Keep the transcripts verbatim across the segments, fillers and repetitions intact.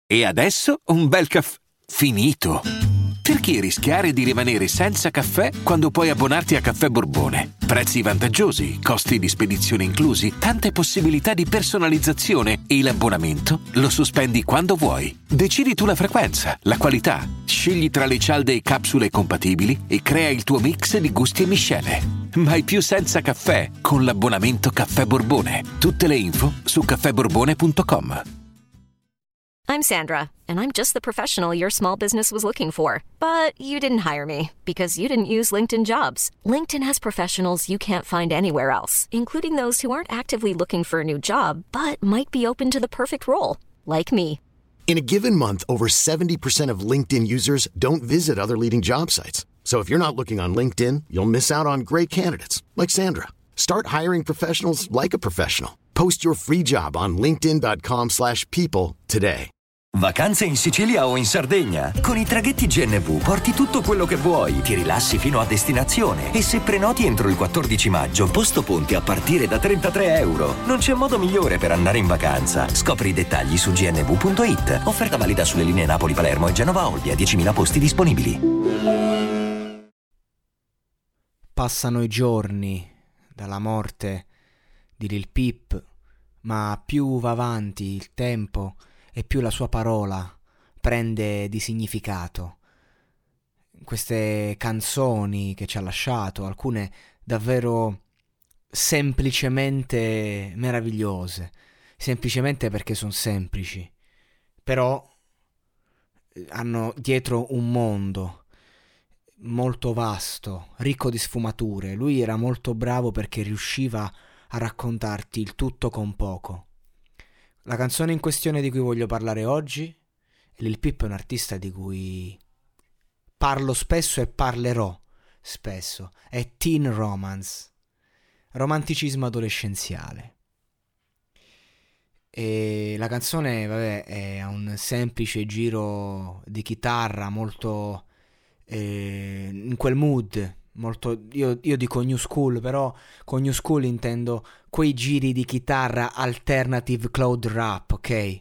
E adesso un bel caffè finito. Perché rischiare di rimanere senza caffè quando puoi abbonarti a Caffè Borbone? Prezzi vantaggiosi, costi di spedizione inclusi, tante possibilità di personalizzazione e l'abbonamento lo sospendi quando vuoi. Decidi tu la frequenza, la qualità, scegli tra le cialde e capsule compatibili e crea il tuo mix di gusti e miscele. Mai più senza caffè con l'abbonamento Caffè Borbone. Tutte le info su caffè borbone punto com. I'm Sandra, and I'm just the professional your small business was looking for. But you didn't hire me because you didn't use LinkedIn Jobs. LinkedIn has professionals you can't find anywhere else, including those who aren't actively looking for a new job, but might be open to the perfect role, like me. In a given month, over seventy percent of LinkedIn users don't visit other leading job sites. So if you're not looking on LinkedIn, you'll miss out on great candidates like Sandra. Start hiring professionals like a professional. Post your free job on linkedin dot com slash people today. Vacanze in Sicilia o in Sardegna? Con i traghetti G N V porti tutto quello che vuoi, ti rilassi fino a destinazione e se prenoti entro il quattordici maggio, posto ponti a partire da trentatré euro. Non c'è modo migliore per andare in vacanza. Scopri i dettagli su g n v punto i t. Offerta valida sulle linee Napoli-Palermo e Genova-Olbia, diecimila posti disponibili. Passano i giorni dalla morte di Lil Peep, ma più va avanti il tempo e più la sua parola prende di significato. Queste canzoni che ci ha lasciato, alcune davvero semplicemente meravigliose, semplicemente perché sono semplici, però hanno dietro un mondo molto vasto, ricco di sfumature. Lui era molto bravo perché riusciva a raccontarti il tutto con poco. La canzone in questione di cui voglio parlare oggi, Lil Peep è un artista di cui parlo spesso e parlerò spesso, è Teen Romance, romanticismo adolescenziale. E la canzone, vabbè, è un semplice giro di chitarra molto eh, in quel mood, molto, io, io dico new school, però con new school intendo quei giri di chitarra alternative cloud rap, ok? E,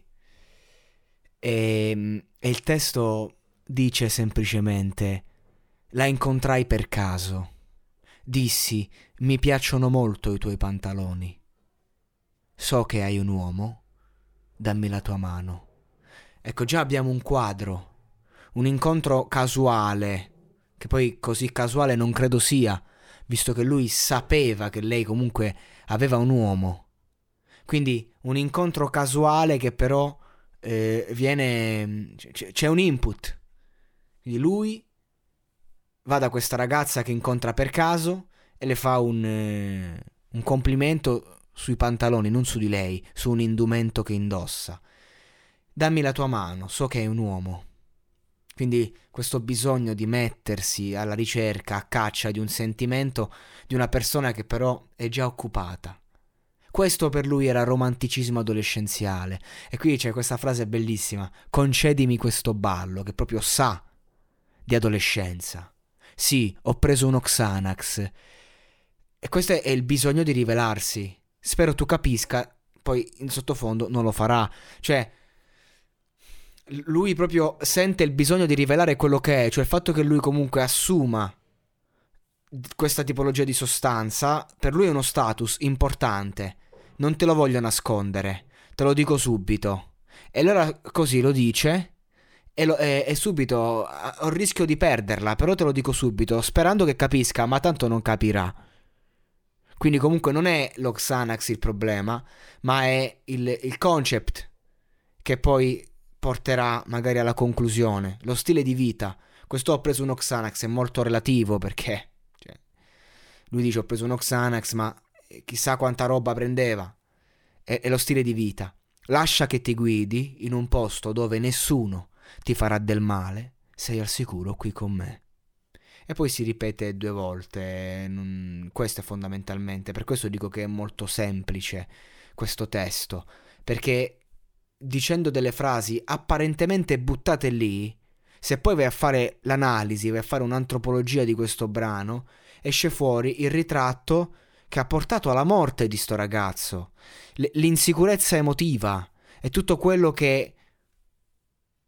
e il testo dice semplicemente: la incontrai per caso, dissi mi piacciono molto i tuoi pantaloni, so che hai un uomo, dammi la tua mano. Ecco, già abbiamo un quadro, un incontro casuale, che poi così casuale non credo sia, visto che lui sapeva che lei comunque aveva un uomo. Quindi un incontro casuale che però eh, viene... c- c'è un input. Quindi lui va da questa ragazza che incontra per caso e le fa un, eh, un complimento sui pantaloni, non su di lei, su un indumento che indossa. Dammi la tua mano, so che è un uomo. Quindi questo bisogno di mettersi alla ricerca, a caccia di un sentimento di una persona che però è già occupata. Questo per lui era romanticismo adolescenziale. E qui c'è questa frase bellissima: concedimi questo ballo, che proprio sa di adolescenza. Sì, ho preso uno Xanax. E questo è il bisogno di rivelarsi. Spero tu capisca, poi in sottofondo non lo farà. Cioè, lui proprio sente il bisogno di rivelare quello che è, cioè il fatto che lui comunque assuma questa tipologia di sostanza, per lui è uno status importante. Non te lo voglio nascondere, te lo dico subito. E allora così lo dice e, lo, e, e subito ho il rischio di perderla, però te lo dico subito, sperando che capisca, ma tanto non capirà. Quindi comunque non è lo Xanax il problema, ma è il, il concept che poi porterà magari alla conclusione, lo stile di vita. Questo ho preso uno Xanax è molto relativo, perché cioè, lui dice ho preso uno Xanax, ma chissà quanta roba prendeva. È, è lo stile di vita. Lascia che ti guidi in un posto dove nessuno ti farà del male, sei al sicuro qui con me. E poi si ripete due volte. Non... questo è fondamentalmente, per questo dico che è molto semplice questo testo, perché dicendo delle frasi apparentemente buttate lì, se poi vai a fare l'analisi, vai a fare un'antropologia di questo brano, esce fuori il ritratto che ha portato alla morte di sto ragazzo, L- l'insicurezza emotiva e tutto quello che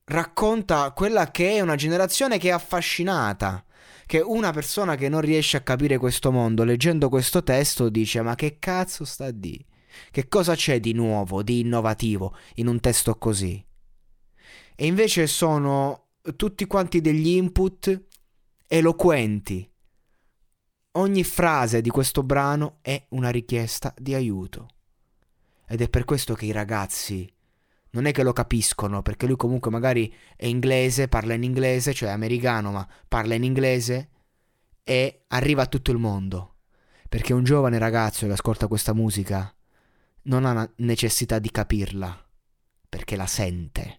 racconta quella che è una generazione che è affascinata, che una persona che non riesce a capire questo mondo leggendo questo testo dice: ma che cazzo sta a dire? Che cosa c'è di nuovo, di innovativo in un testo così? E invece sono tutti quanti degli input eloquenti. Ogni frase di questo brano è una richiesta di aiuto. Ed è per questo che i ragazzi non è che lo capiscono, perché lui comunque magari è inglese, parla in inglese, cioè americano, ma parla in inglese e arriva a tutto il mondo. Perché un giovane ragazzo che ascolta questa musica non ha necessità di capirla, perché la sente.